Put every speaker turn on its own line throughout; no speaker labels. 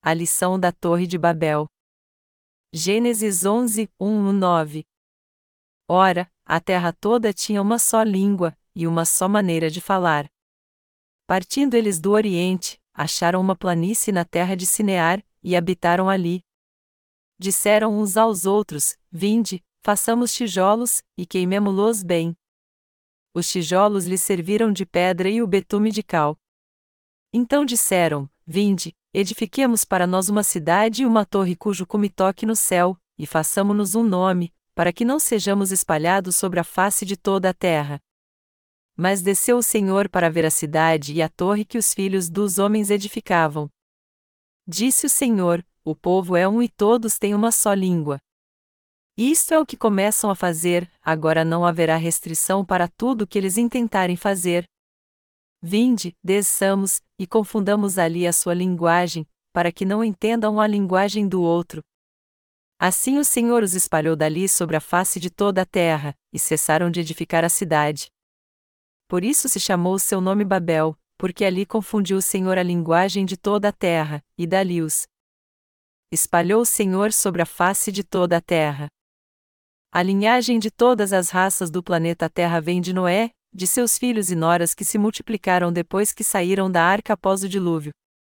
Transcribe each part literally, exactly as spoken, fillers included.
A lição da Torre de Babel. Gênesis onze, um a nove. Ora, a terra toda tinha uma só língua, e uma só maneira de falar. Partindo eles do Oriente, acharam uma planície na terra de Sinear, e habitaram ali. Disseram uns aos outros: Vinde, façamos tijolos, e queimemo-los bem. Os tijolos lhes serviram de pedra e o betume de cal. Então disseram: Vinde, edifiquemos para nós uma cidade e uma torre cujo cume toque no céu, e façamo-nos um nome, para que não sejamos espalhados sobre a face de toda a terra. Mas desceu o Senhor para ver a cidade e a torre que os filhos dos homens edificavam. Disse o Senhor: O povo é um e todos têm uma só língua. Isto é o que começam a fazer, agora não haverá restrição para tudo o que eles intentarem fazer. Vinde, desçamos, e confundamos ali a sua linguagem, para que não entendam a linguagem do outro. Assim o Senhor os espalhou dali sobre a face de toda a terra, e cessaram de edificar a cidade. Por isso se chamou o seu nome Babel, porque ali confundiu o Senhor a linguagem de toda a terra, e dali os espalhou o Senhor sobre a face de toda a terra. A linhagem de todas as raças do planeta Terra vem de Noé, de seus filhos e noras que se multiplicaram depois que saíram da arca após o dilúvio.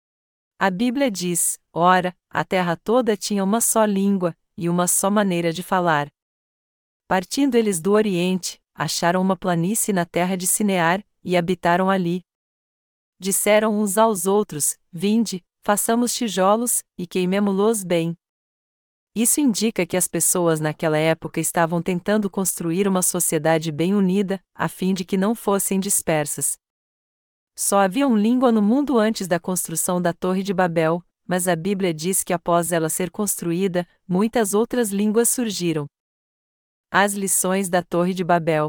A Bíblia diz: Ora, a terra toda tinha uma só língua, e uma só maneira de falar. Partindo eles do Oriente, acharam uma planície na terra de Sinear, e habitaram ali. Disseram uns aos outros: Vinde, façamos tijolos, e queimemo-los bem. Isso indica que as pessoas naquela época estavam tentando construir uma sociedade bem unida, a fim de que não fossem dispersas. Só havia uma língua no mundo antes da construção da Torre de Babel, mas a Bíblia diz que após ela ser construída, muitas outras línguas surgiram. As lições da Torre de Babel.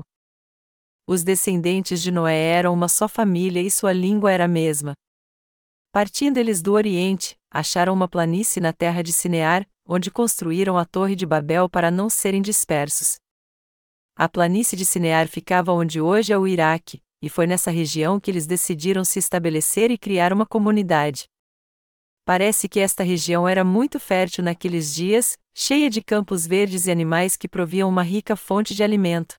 Os descendentes de Noé eram uma só família e sua língua era a mesma. Partindo eles do Oriente, acharam uma planície na terra de Sinear, onde construíram a Torre de Babel para não serem dispersos. A planície de Sinear ficava onde hoje é o Iraque, e foi nessa região que eles decidiram se estabelecer e criar uma comunidade. Parece que esta região era muito fértil naqueles dias, cheia de campos verdes e animais que proviam uma rica fonte de alimento.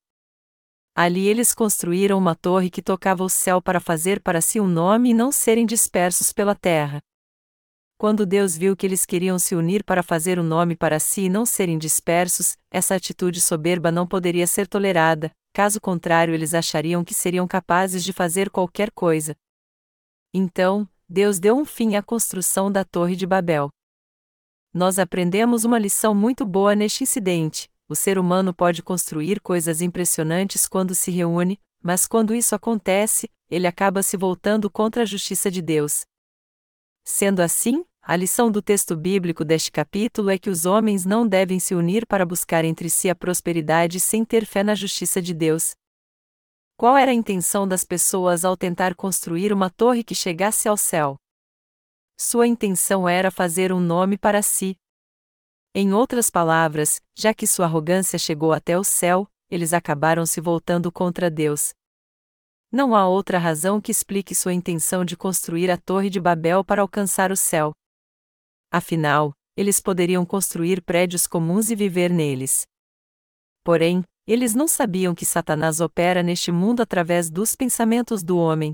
Ali eles construíram uma torre que tocava o céu para fazer para si um nome e não serem dispersos pela terra. Quando Deus viu que eles queriam se unir para fazer um nome para si e não serem dispersos, essa atitude soberba não poderia ser tolerada, caso contrário eles achariam que seriam capazes de fazer qualquer coisa. Então, Deus deu um fim à construção da Torre de Babel. Nós aprendemos uma lição muito boa neste incidente: o ser humano pode construir coisas impressionantes quando se reúne, mas quando isso acontece, ele acaba se voltando contra a justiça de Deus. Sendo assim, a lição do texto bíblico deste capítulo é que os homens não devem se unir para buscar entre si a prosperidade sem ter fé na justiça de Deus. Qual era a intenção das pessoas ao tentar construir uma torre que chegasse ao céu? Sua intenção era fazer um nome para si. Em outras palavras, já que sua arrogância chegou até o céu, eles acabaram se voltando contra Deus. Não há outra razão que explique sua intenção de construir a Torre de Babel para alcançar o céu. Afinal, eles poderiam construir prédios comuns e viver neles. Porém, eles não sabiam que Satanás opera neste mundo através dos pensamentos do homem.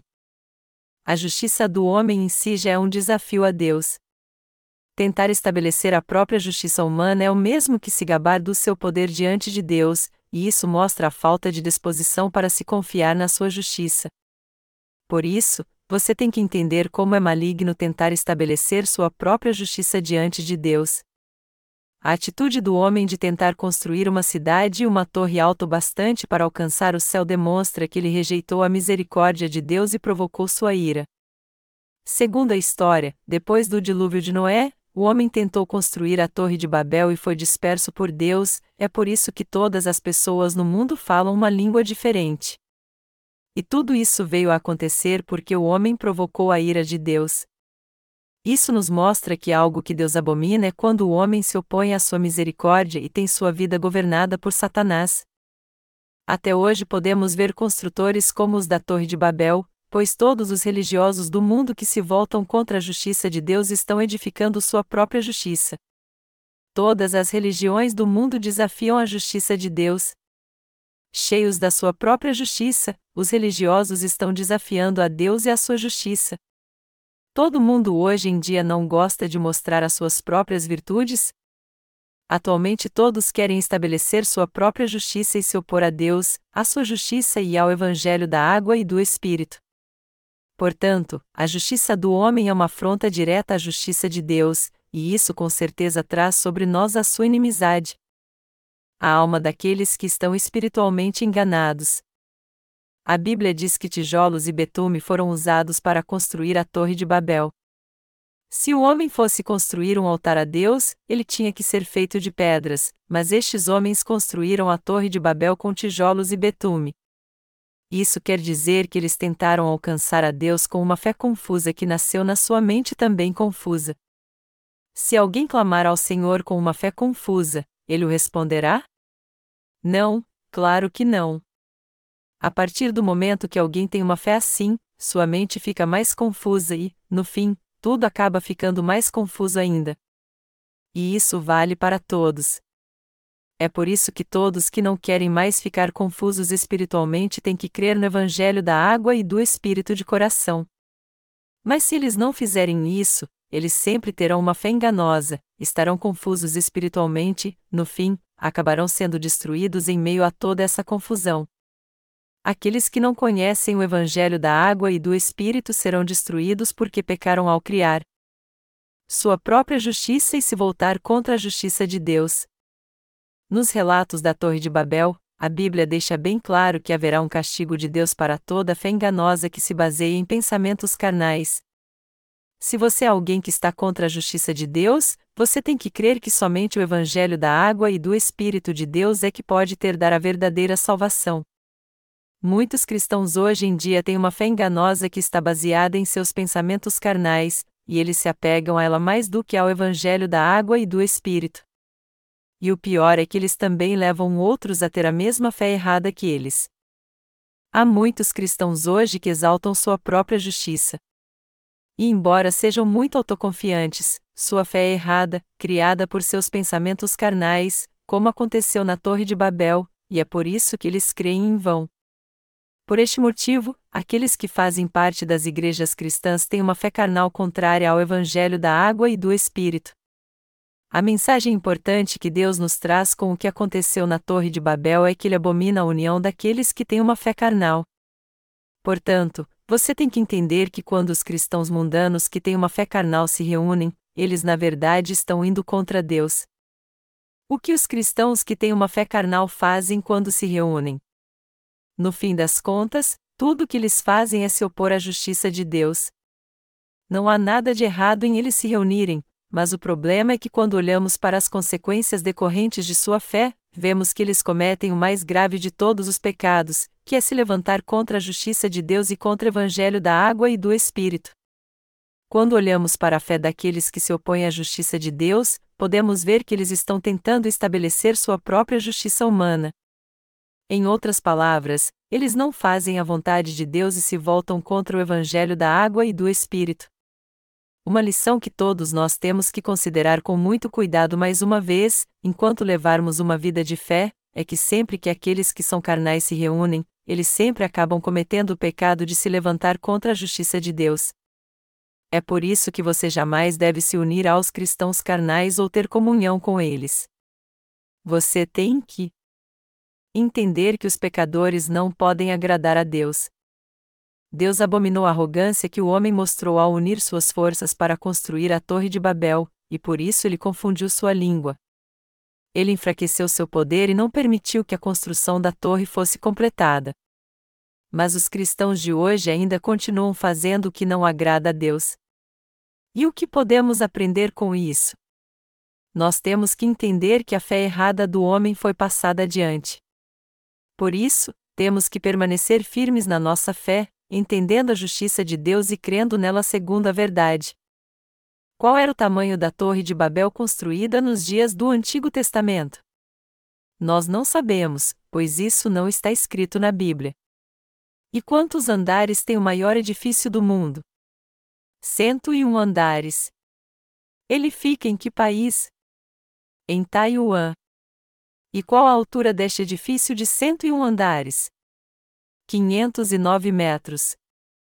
A justiça do homem em si já é um desafio a Deus. Tentar estabelecer a própria justiça humana é o mesmo que se gabar do seu poder diante de Deus, e isso mostra a falta de disposição para se confiar na sua justiça. Por isso, você tem que entender como é maligno tentar estabelecer sua própria justiça diante de Deus. A atitude do homem de tentar construir uma cidade e uma torre alto bastante para alcançar o céu demonstra que ele rejeitou a misericórdia de Deus e provocou sua ira. Segundo a história, depois do dilúvio de Noé, o homem tentou construir a Torre de Babel e foi disperso por Deus, é por isso que todas as pessoas no mundo falam uma língua diferente. E tudo isso veio a acontecer porque o homem provocou a ira de Deus. Isso nos mostra que algo que Deus abomina é quando o homem se opõe à sua misericórdia e tem sua vida governada por Satanás. Até hoje podemos ver construtores como os da Torre de Babel, pois todos os religiosos do mundo que se voltam contra a justiça de Deus estão edificando sua própria justiça. Todas as religiões do mundo desafiam a justiça de Deus. Cheios da sua própria justiça, os religiosos estão desafiando a Deus e a sua justiça. Todo mundo hoje em dia não gosta de mostrar as suas próprias virtudes? Atualmente todos querem estabelecer sua própria justiça e se opor a Deus, à sua justiça e ao Evangelho da água e do Espírito. Portanto, a justiça do homem é uma afronta direta à justiça de Deus, e isso com certeza traz sobre nós a sua inimizade. A alma daqueles que estão espiritualmente enganados. A Bíblia diz que tijolos e betume foram usados para construir a Torre de Babel. Se o homem fosse construir um altar a Deus, ele tinha que ser feito de pedras, mas estes homens construíram a Torre de Babel com tijolos e betume. Isso quer dizer que eles tentaram alcançar a Deus com uma fé confusa que nasceu na sua mente também confusa. Se alguém clamar ao Senhor com uma fé confusa, Ele o responderá? Não, claro que não. A partir do momento que alguém tem uma fé assim, sua mente fica mais confusa e, no fim, tudo acaba ficando mais confuso ainda. E isso vale para todos. É por isso que todos que não querem mais ficar confusos espiritualmente têm que crer no Evangelho da água e do Espírito de coração. Mas se eles não fizerem isso, eles sempre terão uma fé enganosa, estarão confusos espiritualmente, no fim, acabarão sendo destruídos em meio a toda essa confusão. Aqueles que não conhecem o Evangelho da água e do Espírito serão destruídos porque pecaram ao criar sua própria justiça e se voltar contra a justiça de Deus. Nos relatos da Torre de Babel, a Bíblia deixa bem claro que haverá um castigo de Deus para toda fé enganosa que se baseia em pensamentos carnais. Se você é alguém que está contra a justiça de Deus, você tem que crer que somente o Evangelho da água e do Espírito de Deus é que pode ter dar a verdadeira salvação. Muitos cristãos hoje em dia têm uma fé enganosa que está baseada em seus pensamentos carnais, e eles se apegam a ela mais do que ao Evangelho da água e do Espírito. E o pior é que eles também levam outros a ter a mesma fé errada que eles. Há muitos cristãos hoje que exaltam sua própria justiça. E embora sejam muito autoconfiantes, sua fé é errada, criada por seus pensamentos carnais, como aconteceu na Torre de Babel, e é por isso que eles creem em vão. Por este motivo, aqueles que fazem parte das igrejas cristãs têm uma fé carnal contrária ao Evangelho da água e do Espírito. A mensagem importante que Deus nos traz com o que aconteceu na Torre de Babel é que Ele abomina a união daqueles que têm uma fé carnal. Portanto, você tem que entender que quando os cristãos mundanos que têm uma fé carnal se reúnem, eles na verdade estão indo contra Deus. O que os cristãos que têm uma fé carnal fazem quando se reúnem? No fim das contas, tudo o que eles fazem é se opor à justiça de Deus. Não há nada de errado em eles se reunirem, mas o problema é que quando olhamos para as consequências decorrentes de sua fé, vemos que eles cometem o mais grave de todos os pecados, que é se levantar contra a justiça de Deus e contra o Evangelho da água e do Espírito. Quando olhamos para a fé daqueles que se opõem à justiça de Deus, podemos ver que eles estão tentando estabelecer sua própria justiça humana. Em outras palavras, eles não fazem a vontade de Deus e se voltam contra o Evangelho da água e do Espírito. Uma lição que todos nós temos que considerar com muito cuidado mais uma vez, enquanto levarmos uma vida de fé, é que sempre que aqueles que são carnais se reúnem, eles sempre acabam cometendo o pecado de se levantar contra a justiça de Deus. É por isso que você jamais deve se unir aos cristãos carnais ou ter comunhão com eles. Você tem que entender que os pecadores não podem agradar a Deus. Deus abominou a arrogância que o homem mostrou ao unir suas forças para construir a Torre de Babel, e por isso ele confundiu sua língua. Ele enfraqueceu seu poder e não permitiu que a construção da torre fosse completada. Mas os cristãos de hoje ainda continuam fazendo o que não agrada a Deus. E o que podemos aprender com isso? Nós temos que entender que a fé errada do homem foi passada adiante. Por isso, temos que permanecer firmes na nossa fé, entendendo a justiça de Deus e crendo nela segundo a verdade. Qual era o tamanho da Torre de Babel construída nos dias do Antigo Testamento? Nós não sabemos, pois isso não está escrito na Bíblia. E quantos andares tem o maior edifício do mundo? Cento e um andares. Ele fica em que país? Em Taiwan. E qual a altura deste edifício de cento e um andares? quinhentos e nove metros.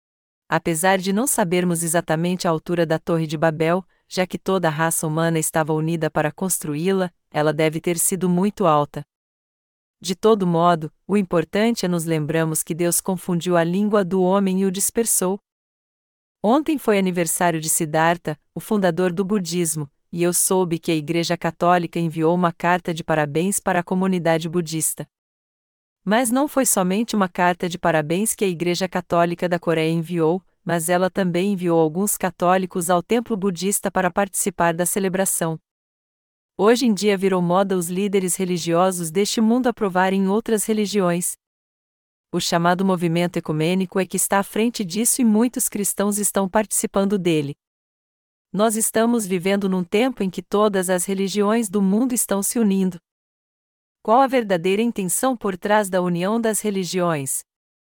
Apesar de não sabermos exatamente a altura da Torre de Babel, já que toda a raça humana estava unida para construí-la, ela deve ter sido muito alta. De todo modo, o importante é nos lembrarmos que Deus confundiu a língua do homem e o dispersou. Ontem foi aniversário de Siddhartha, o fundador do budismo, e eu soube que a Igreja Católica enviou uma carta de parabéns para a comunidade budista. Mas não foi somente uma carta de parabéns que a Igreja Católica da Coreia enviou, mas ela também enviou alguns católicos ao templo budista para participar da celebração. Hoje em dia virou moda os líderes religiosos deste mundo aprovarem outras religiões. O chamado movimento ecumênico é que está à frente disso e muitos cristãos estão participando dele. Nós estamos vivendo num tempo em que todas as religiões do mundo estão se unindo. Qual a verdadeira intenção por trás da união das religiões?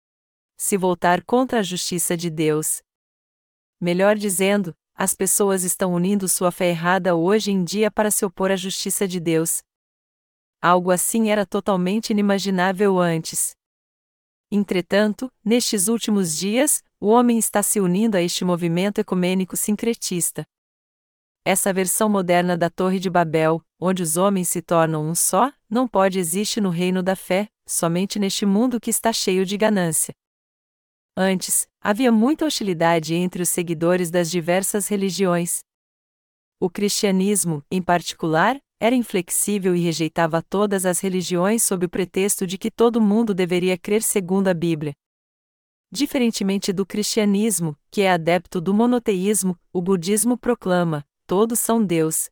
Se voltar contra a justiça de Deus. Melhor dizendo, as pessoas estão unindo sua fé errada hoje em dia para se opor à justiça de Deus. Algo assim era totalmente inimaginável antes. Entretanto, nestes últimos dias, o homem está se unindo a este movimento ecumênico sincretista. Essa versão moderna da Torre de Babel, onde os homens se tornam um só, não pode existir no reino da fé, somente neste mundo que está cheio de ganância. Antes, havia muita hostilidade entre os seguidores das diversas religiões. O cristianismo, em particular, era inflexível e rejeitava todas as religiões sob o pretexto de que todo mundo deveria crer segundo a Bíblia. Diferentemente do cristianismo, que é adepto do monoteísmo, o budismo proclama: todos são Deus.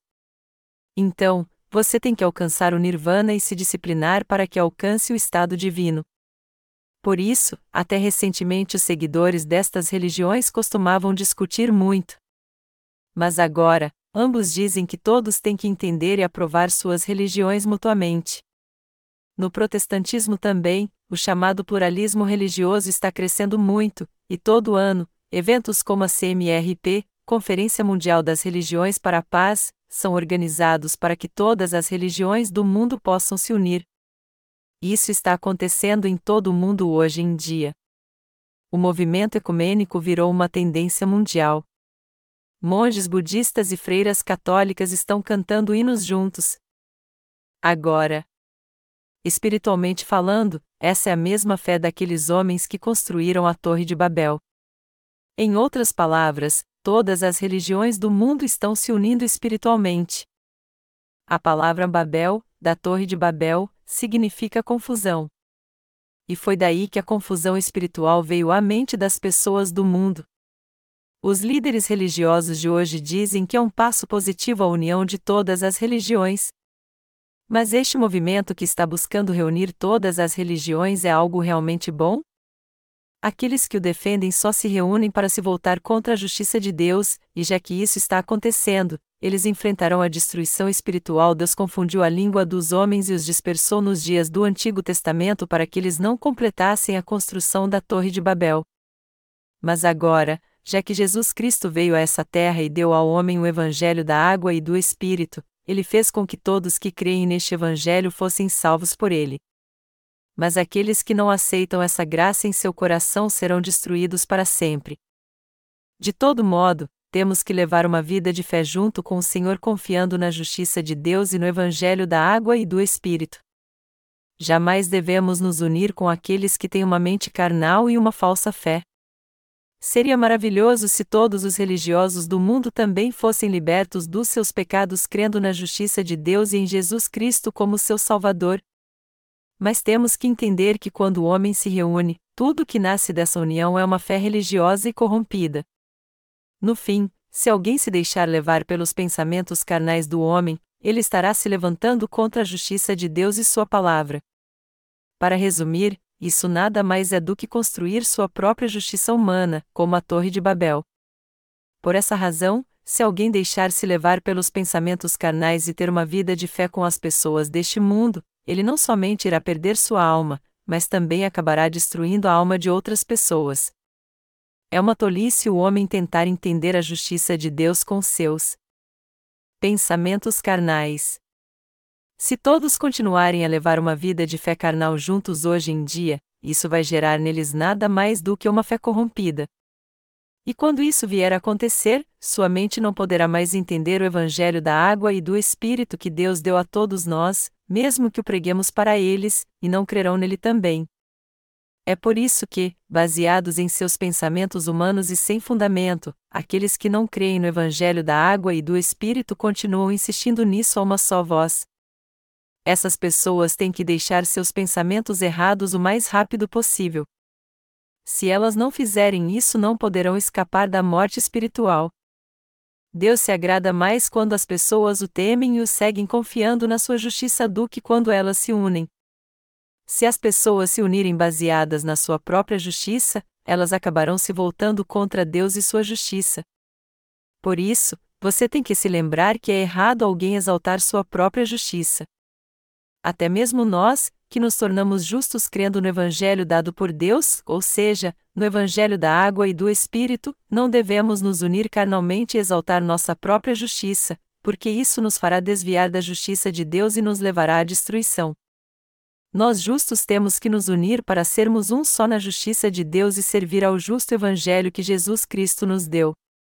Então, você tem que alcançar o nirvana e se disciplinar para que alcance o estado divino. Por isso, até recentemente os seguidores destas religiões costumavam discutir muito. Mas agora, ambos dizem que todos têm que entender e aprovar suas religiões mutuamente. No protestantismo também, o chamado pluralismo religioso está crescendo muito, e todo ano, eventos como a C M R P, Conferência Mundial das Religiões para a Paz, são organizados para que todas as religiões do mundo possam se unir. Isso está acontecendo em todo o mundo hoje em dia. O movimento ecumênico virou uma tendência mundial. Monges budistas e freiras católicas estão cantando hinos juntos. Agora, espiritualmente falando, essa é a mesma fé daqueles homens que construíram a Torre de Babel. Em outras palavras, todas as religiões do mundo estão se unindo espiritualmente. A palavra Babel, da Torre de Babel, significa confusão. E foi daí que a confusão espiritual veio à mente das pessoas do mundo. Os líderes religiosos de hoje dizem que é um passo positivo a união de todas as religiões. Mas este movimento que está buscando reunir todas as religiões é algo realmente bom? Aqueles que o defendem só se reúnem para se voltar contra a justiça de Deus, e já que isso está acontecendo, eles enfrentarão a destruição espiritual. Deus confundiu a língua dos homens e os dispersou nos dias do Antigo Testamento para que eles não completassem a construção da Torre de Babel. Mas agora, já que Jesus Cristo veio a essa terra e deu ao homem o Evangelho da água e do Espírito, ele fez com que todos que creem neste Evangelho fossem salvos por ele. Mas aqueles que não aceitam essa graça em seu coração serão destruídos para sempre. De todo modo, temos que levar uma vida de fé junto com o Senhor, confiando na justiça de Deus e no Evangelho da água e do Espírito. Jamais devemos nos unir com aqueles que têm uma mente carnal e uma falsa fé. Seria maravilhoso se todos os religiosos do mundo também fossem libertos dos seus pecados crendo na justiça de Deus e em Jesus Cristo como seu Salvador. Mas temos que entender que quando o homem se reúne, tudo que nasce dessa união é uma fé religiosa e corrompida. No fim, se alguém se deixar levar pelos pensamentos carnais do homem, ele estará se levantando contra a justiça de Deus e sua palavra. Para resumir, isso nada mais é do que construir sua própria justiça humana, como a Torre de Babel. Por essa razão, se alguém deixar-se levar pelos pensamentos carnais e ter uma vida de fé com as pessoas deste mundo, ele não somente irá perder sua alma, mas também acabará destruindo a alma de outras pessoas. É uma tolice o homem tentar entender a justiça de Deus com seus pensamentos carnais. Se todos continuarem a levar uma vida de fé carnal juntos hoje em dia, isso vai gerar neles nada mais do que uma fé corrompida. E quando isso vier a acontecer, sua mente não poderá mais entender o Evangelho da água e do Espírito que Deus deu a todos nós, mesmo que o preguemos para eles, e não crerão nele também. É por isso que, baseados em seus pensamentos humanos e sem fundamento, aqueles que não creem no Evangelho da água e do Espírito continuam insistindo nisso a uma só voz. Essas pessoas têm que deixar seus pensamentos errados o mais rápido possível. Se elas não fizerem isso, não poderão escapar da morte espiritual. Deus se agrada mais quando as pessoas o temem e o seguem confiando na sua justiça do que quando elas se unem. Se as pessoas se unirem baseadas na sua própria justiça, elas acabarão se voltando contra Deus e sua justiça. Por isso, você tem que se lembrar que é errado alguém exaltar sua própria justiça. Até mesmo nós, que nos tornamos justos crendo no Evangelho dado por Deus, ou seja, no Evangelho da água e do Espírito, não devemos nos unir carnalmente e exaltar nossa própria justiça, porque isso nos fará desviar da justiça de Deus e nos levará à destruição. Nós justos temos que nos unir para sermos um só na justiça de Deus e servir ao justo Evangelho que Jesus Cristo nos deu.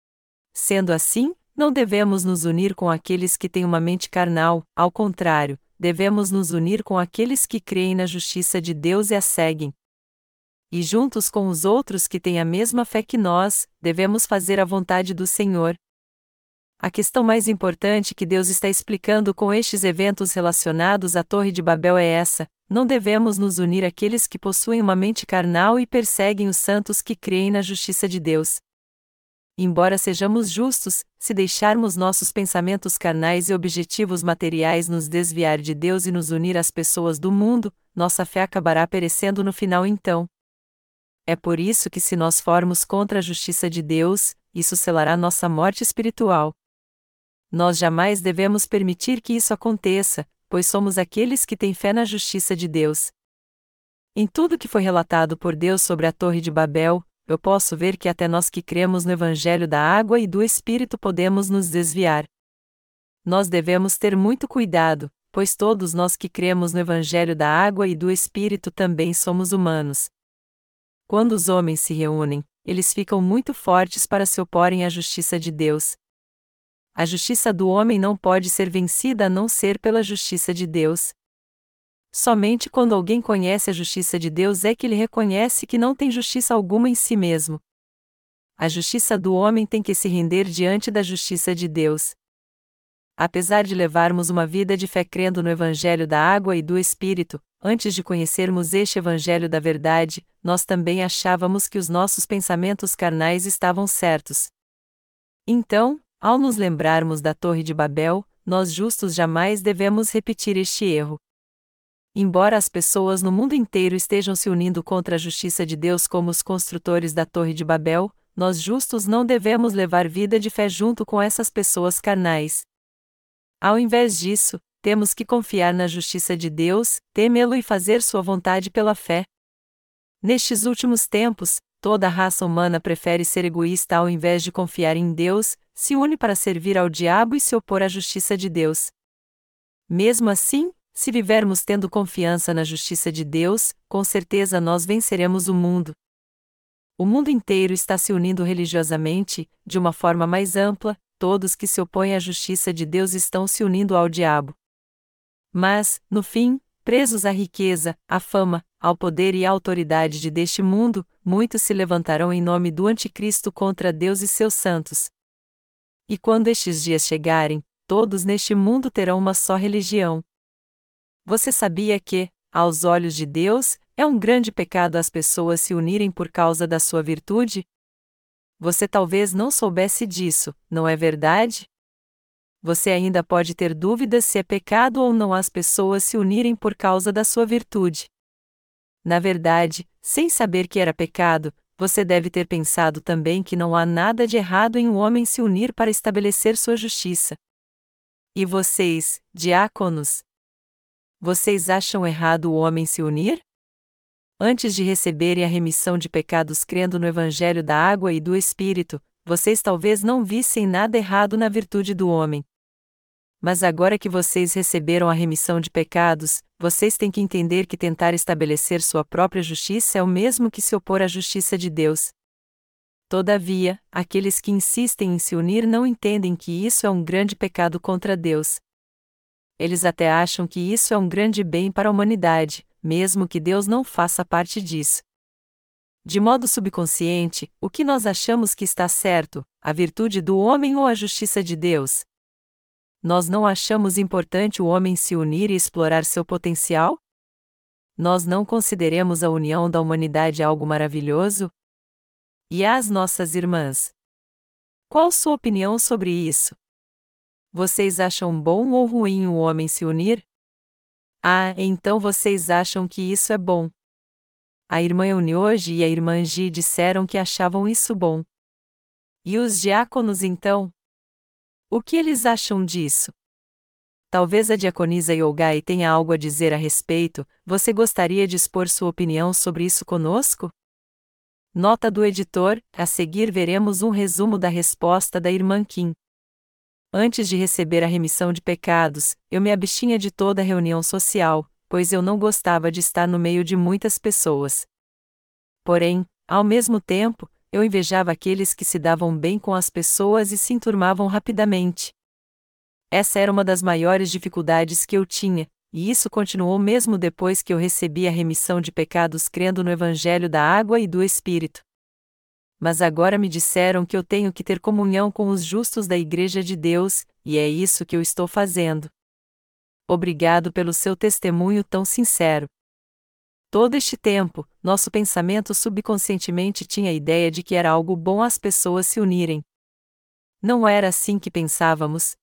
Sendo assim, não devemos nos unir com aqueles que têm uma mente carnal, ao contrário, devemos nos unir com aqueles que creem na justiça de Deus e a seguem. E juntos com os outros que têm a mesma fé que nós, devemos fazer a vontade do Senhor. A questão mais importante que Deus está explicando com estes eventos relacionados à Torre de Babel é essa: não devemos nos unir àqueles que possuem uma mente carnal e perseguem os santos que creem na justiça de Deus. Embora sejamos justos, se deixarmos nossos pensamentos carnais e objetivos materiais nos desviar de Deus e nos unir às pessoas do mundo, nossa fé acabará perecendo no final então. É por isso que se nós formos contra a justiça de Deus, isso selará nossa morte espiritual. Nós jamais devemos permitir que isso aconteça, pois somos aqueles que têm fé na justiça de Deus. Em tudo que foi relatado por Deus sobre a Torre de Babel, eu posso ver que até nós que cremos no Evangelho da água e do Espírito podemos nos desviar. Nós devemos ter muito cuidado, pois todos nós que cremos no Evangelho da água e do Espírito também somos humanos. Quando os homens se reúnem, eles ficam muito fortes para se oporem à justiça de Deus. A justiça do homem não pode ser vencida a não ser pela justiça de Deus. Somente quando alguém conhece a justiça de Deus é que ele reconhece que não tem justiça alguma em si mesmo. A justiça do homem tem que se render diante da justiça de Deus. Apesar de levarmos uma vida de fé crendo no Evangelho da água e do Espírito, antes de conhecermos este Evangelho da verdade, nós também achávamos que os nossos pensamentos carnais estavam certos. Então, ao nos lembrarmos da Torre de Babel, nós justos jamais devemos repetir este erro. Embora as pessoas no mundo inteiro estejam se unindo contra a justiça de Deus como os construtores da Torre de Babel, nós justos não devemos levar vida de fé junto com essas pessoas carnais. Ao invés disso, temos que confiar na justiça de Deus, temê-lo e fazer sua vontade pela fé. Nestes últimos tempos, toda a raça humana prefere ser egoísta ao invés de confiar em Deus, se une para servir ao diabo e se opor à justiça de Deus. Mesmo assim, se vivermos tendo confiança na justiça de Deus, com certeza nós venceremos o mundo. O mundo inteiro está se unindo religiosamente, de uma forma mais ampla, todos que se opõem à justiça de Deus estão se unindo ao diabo. Mas, no fim, presos à riqueza, à fama, ao poder e à autoridade de deste mundo, muitos se levantarão em nome do Anticristo contra Deus e seus santos. E quando estes dias chegarem, todos neste mundo terão uma só religião. Você sabia que, aos olhos de Deus, é um grande pecado as pessoas se unirem por causa da sua virtude? Você talvez não soubesse disso, não é verdade? Você ainda pode ter dúvidas se é pecado ou não as pessoas se unirem por causa da sua virtude. Na verdade, sem saber que era pecado, você deve ter pensado também que não há nada de errado em um homem se unir para estabelecer sua justiça. E vocês, diáconos? Vocês acham errado o homem se unir? Antes de receberem a remissão de pecados crendo no Evangelho da água e do Espírito, vocês talvez não vissem nada errado na virtude do homem. Mas agora que vocês receberam a remissão de pecados, vocês têm que entender que tentar estabelecer sua própria justiça é o mesmo que se opor à justiça de Deus. Todavia, aqueles que insistem em se unir não entendem que isso é um grande pecado contra Deus. Eles até acham que isso é um grande bem para a humanidade, mesmo que Deus não faça parte disso. De modo subconsciente, o que nós achamos que está certo, a virtude do homem ou a justiça de Deus? Nós não achamos importante o homem se unir e explorar seu potencial? Nós não consideremos a união da humanidade algo maravilhoso? E as nossas irmãs? Qual sua opinião sobre isso? Vocês acham bom ou ruim o homem se unir? Ah, então vocês acham que isso é bom. A irmã Eunioge e a irmã Gi disseram que achavam isso bom. E os diáconos então? O que eles acham disso? Talvez a diaconisa Yogai tenha algo a dizer a respeito. Você gostaria de expor sua opinião sobre isso conosco? Nota do editor: a seguir veremos um resumo da resposta da irmã Kim. Antes de receber a remissão de pecados, eu me abstinha de toda reunião social, pois eu não gostava de estar no meio de muitas pessoas. Porém, ao mesmo tempo, eu invejava aqueles que se davam bem com as pessoas e se enturmavam rapidamente. Essa era uma das maiores dificuldades que eu tinha, e isso continuou mesmo depois que eu recebi a remissão de pecados crendo no Evangelho da água e do Espírito. Mas agora me disseram que eu tenho que ter comunhão com os justos da Igreja de Deus, e é isso que eu estou fazendo. Obrigado pelo seu testemunho tão sincero. Todo este tempo, nosso pensamento subconscientemente tinha a ideia de que era algo bom as pessoas se unirem. Não era assim que pensávamos.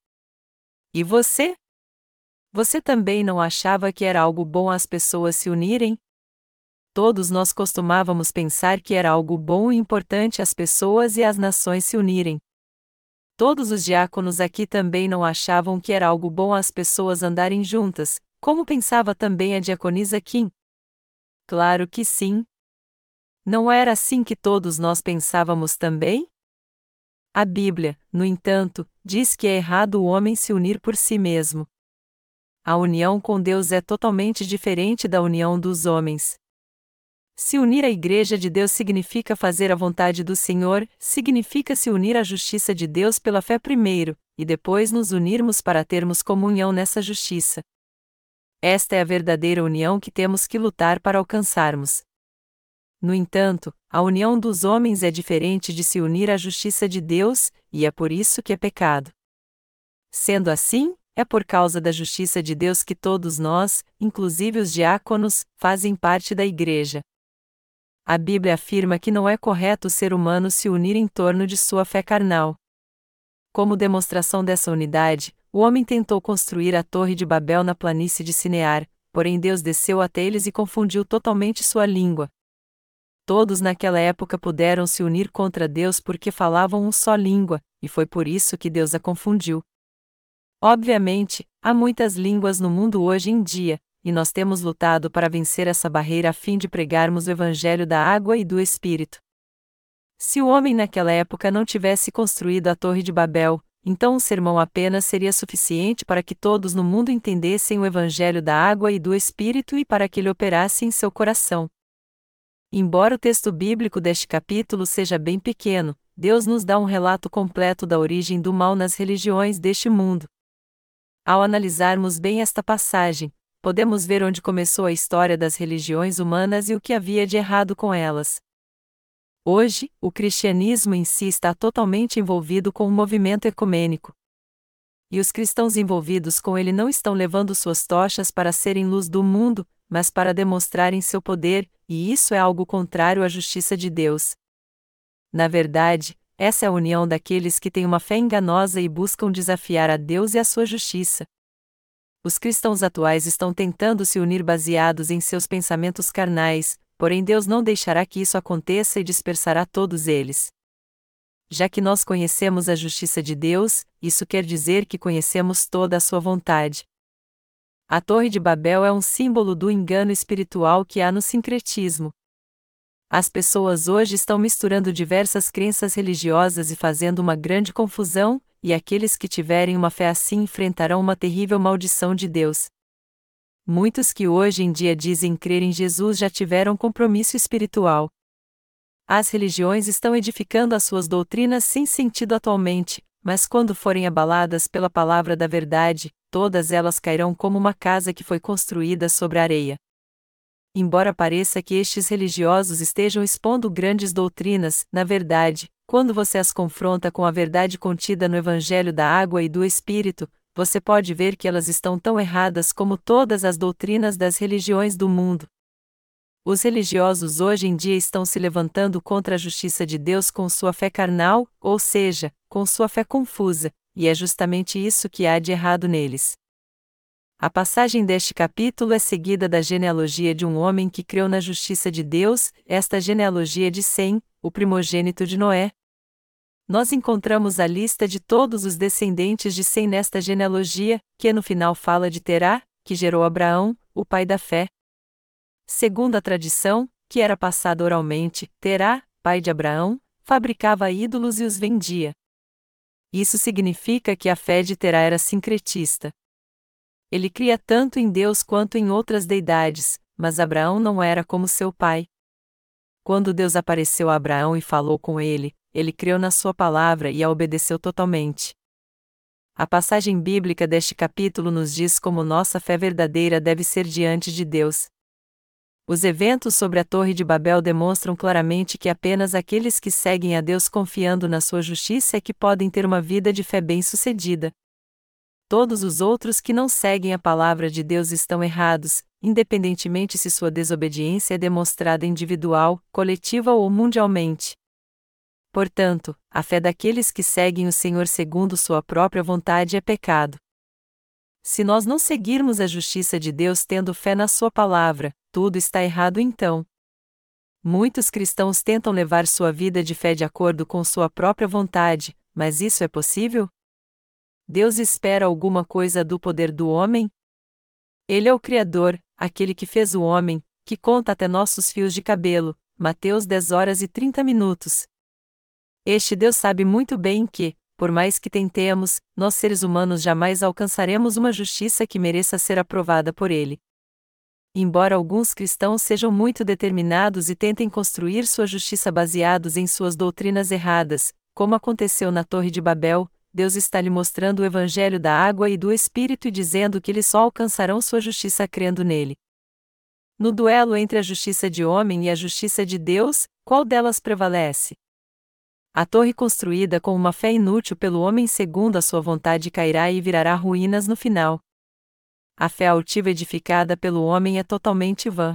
E você? Você também não achava que era algo bom as pessoas se unirem? Todos nós costumávamos pensar que era algo bom e importante as pessoas e as nações se unirem. Todos os diáconos aqui também não achavam que era algo bom as pessoas andarem juntas, como pensava também a diaconisa Kim. Claro que sim. Não era assim que todos nós pensávamos também? A Bíblia, no entanto, diz que é errado o homem se unir por si mesmo. A união com Deus é totalmente diferente da união dos homens. Se unir à Igreja de Deus significa fazer a vontade do Senhor, significa se unir à justiça de Deus pela fé primeiro, e depois nos unirmos para termos comunhão nessa justiça. Esta é a verdadeira união que temos que lutar para alcançarmos. No entanto, a união dos homens é diferente de se unir à justiça de Deus, e é por isso que é pecado. Sendo assim, é por causa da justiça de Deus que todos nós, inclusive os diáconos, fazem parte da Igreja. A Bíblia afirma que não é correto o ser humano se unir em torno de sua fé carnal. Como demonstração dessa unidade, o homem tentou construir a Torre de Babel na planície de Sinear, porém Deus desceu até eles e confundiu totalmente sua língua. Todos naquela época puderam se unir contra Deus porque falavam uma só língua, e foi por isso que Deus a confundiu. Obviamente, há muitas línguas no mundo hoje em dia, e nós temos lutado para vencer essa barreira a fim de pregarmos o Evangelho da água e do Espírito. Se o homem naquela época não tivesse construído a Torre de Babel, então um sermão apenas seria suficiente para que todos no mundo entendessem o Evangelho da água e do Espírito e para que ele operasse em seu coração. Embora o texto bíblico deste capítulo seja bem pequeno, Deus nos dá um relato completo da origem do mal nas religiões deste mundo. Ao analisarmos bem esta passagem, podemos ver onde começou a história das religiões humanas e o que havia de errado com elas. Hoje, o cristianismo em si está totalmente envolvido com o movimento ecumênico. E os cristãos envolvidos com ele não estão levando suas tochas para serem luz do mundo, mas para demonstrarem seu poder, e isso é algo contrário à justiça de Deus. Na verdade, essa é a união daqueles que têm uma fé enganosa e buscam desafiar a Deus e a sua justiça. Os cristãos atuais estão tentando se unir baseados em seus pensamentos carnais, porém Deus não deixará que isso aconteça e dispersará todos eles. Já que nós conhecemos a justiça de Deus, isso quer dizer que conhecemos toda a sua vontade. A Torre de Babel é um símbolo do engano espiritual que há no sincretismo. As pessoas hoje estão misturando diversas crenças religiosas e fazendo uma grande confusão, e aqueles que tiverem uma fé assim enfrentarão uma terrível maldição de Deus. Muitos que hoje em dia dizem crer em Jesus já tiveram compromisso espiritual. As religiões estão edificando as suas doutrinas sem sentido atualmente, mas quando forem abaladas pela palavra da verdade, todas elas cairão como uma casa que foi construída sobre a areia. Embora pareça que estes religiosos estejam expondo grandes doutrinas, na verdade, quando você as confronta com a verdade contida no Evangelho da Água e do Espírito, você pode ver que elas estão tão erradas como todas as doutrinas das religiões do mundo. Os religiosos hoje em dia estão se levantando contra a justiça de Deus com sua fé carnal, ou seja, com sua fé confusa, e é justamente isso que há de errado neles. A passagem deste capítulo é seguida da genealogia de um homem que creu na justiça de Deus, esta genealogia de Sem, o primogênito de Noé. Nós encontramos a lista de todos os descendentes de Sem nesta genealogia, que no final fala de Terá, que gerou Abraão, o pai da fé. Segundo a tradição, que era passada oralmente, Terá, pai de Abraão, fabricava ídolos e os vendia. Isso significa que a fé de Terá era sincretista. Ele cria tanto em Deus quanto em outras deidades, mas Abraão não era como seu pai. Quando Deus apareceu a Abraão e falou com ele, ele creu na sua palavra e a obedeceu totalmente. A passagem bíblica deste capítulo nos diz como nossa fé verdadeira deve ser diante de Deus. Os eventos sobre a Torre de Babel demonstram claramente que apenas aqueles que seguem a Deus confiando na sua justiça é que podem ter uma vida de fé bem-sucedida. Todos os outros que não seguem a palavra de Deus estão errados, independentemente se sua desobediência é demonstrada individual, coletiva ou mundialmente. Portanto, a fé daqueles que seguem o Senhor segundo sua própria vontade é pecado. Se nós não seguirmos a justiça de Deus tendo fé na sua palavra, tudo está errado então. Muitos cristãos tentam levar sua vida de fé de acordo com sua própria vontade, mas isso é possível? Deus espera alguma coisa do poder do homem? Ele é o Criador, aquele que fez o homem, que conta até nossos fios de cabelo. Mateus dez horas e trinta minutos. Este Deus sabe muito bem que, por mais que tentemos, nós seres humanos jamais alcançaremos uma justiça que mereça ser aprovada por Ele. Embora alguns cristãos sejam muito determinados e tentem construir sua justiça baseados em suas doutrinas erradas, como aconteceu na Torre de Babel, Deus está lhe mostrando o Evangelho da Água e do Espírito e dizendo que eles só alcançarão sua justiça crendo nele. No duelo entre a justiça de homem e a justiça de Deus, qual delas prevalece? A torre construída com uma fé inútil pelo homem segundo a sua vontade cairá e virará ruínas no final. A fé altiva edificada pelo homem é totalmente vã.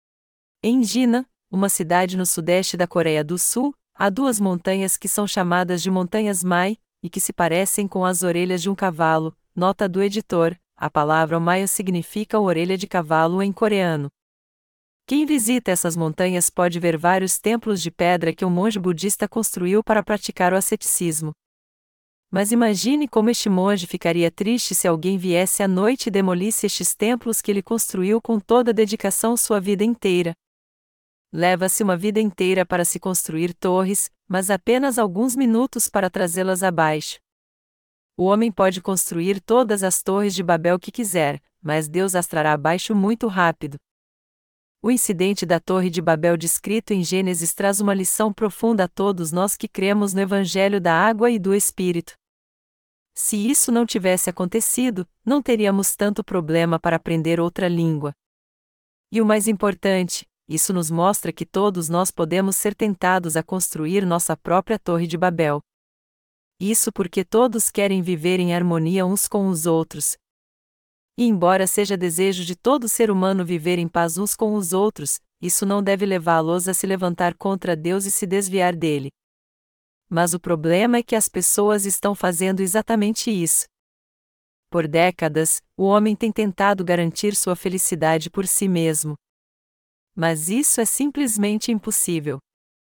Em Jinan, uma cidade no sudeste da Coreia do Sul, há duas montanhas que são chamadas de Montanhas Mai, e que se parecem com as orelhas de um cavalo. Nota do editor: a palavra Maio significa orelha de cavalo em coreano. Quem visita essas montanhas pode ver vários templos de pedra que um monge budista construiu para praticar o asceticismo. Mas imagine como este monge ficaria triste se alguém viesse à noite e demolisse estes templos que ele construiu com toda a dedicação sua vida inteira. Leva-se uma vida inteira para se construir torres, mas apenas alguns minutos para trazê-las abaixo. O homem pode construir todas as torres de Babel que quiser, mas Deus as trará abaixo muito rápido. O incidente da Torre de Babel descrito em Gênesis traz uma lição profunda a todos nós que cremos no Evangelho da Água e do Espírito. Se isso não tivesse acontecido, não teríamos tanto problema para aprender outra língua. E o mais importante, isso nos mostra que todos nós podemos ser tentados a construir nossa própria Torre de Babel. Isso porque todos querem viver em harmonia uns com os outros. E embora seja desejo de todo ser humano viver em paz uns com os outros, isso não deve levá-los a se levantar contra Deus e se desviar dele. Mas o problema é que as pessoas estão fazendo exatamente isso. Por décadas, o homem tem tentado garantir sua felicidade por si mesmo. Mas isso é simplesmente impossível.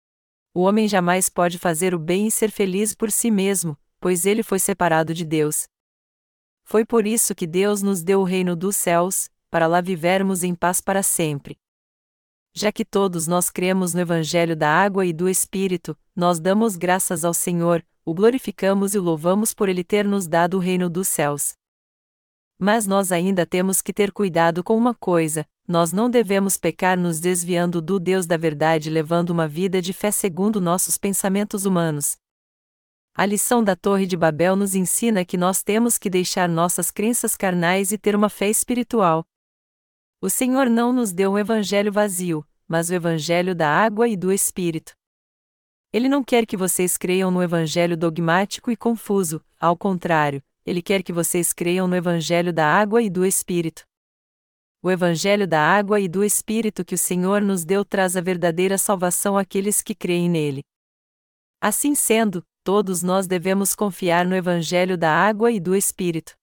O homem jamais pode fazer o bem e ser feliz por si mesmo, pois ele foi separado de Deus. Foi por isso que Deus nos deu o reino dos céus, para lá vivermos em paz para sempre. Já que todos nós cremos no Evangelho da Água e do Espírito, nós damos graças ao Senhor, o glorificamos e o louvamos por Ele ter nos dado o reino dos céus. Mas nós ainda temos que ter cuidado com uma coisa: nós não devemos pecar nos desviando do Deus da verdade, levando uma vida de fé segundo nossos pensamentos humanos. A lição da Torre de Babel nos ensina que nós temos que deixar nossas crenças carnais e ter uma fé espiritual. O Senhor não nos deu um evangelho vazio, mas o evangelho da água e do Espírito. Ele não quer que vocês creiam no evangelho dogmático e confuso, ao contrário, Ele quer que vocês creiam no evangelho da água e do Espírito. O evangelho da água e do Espírito que o Senhor nos deu traz a verdadeira salvação àqueles que creem nele. Assim sendo, todos nós devemos confiar no evangelho da água e do Espírito.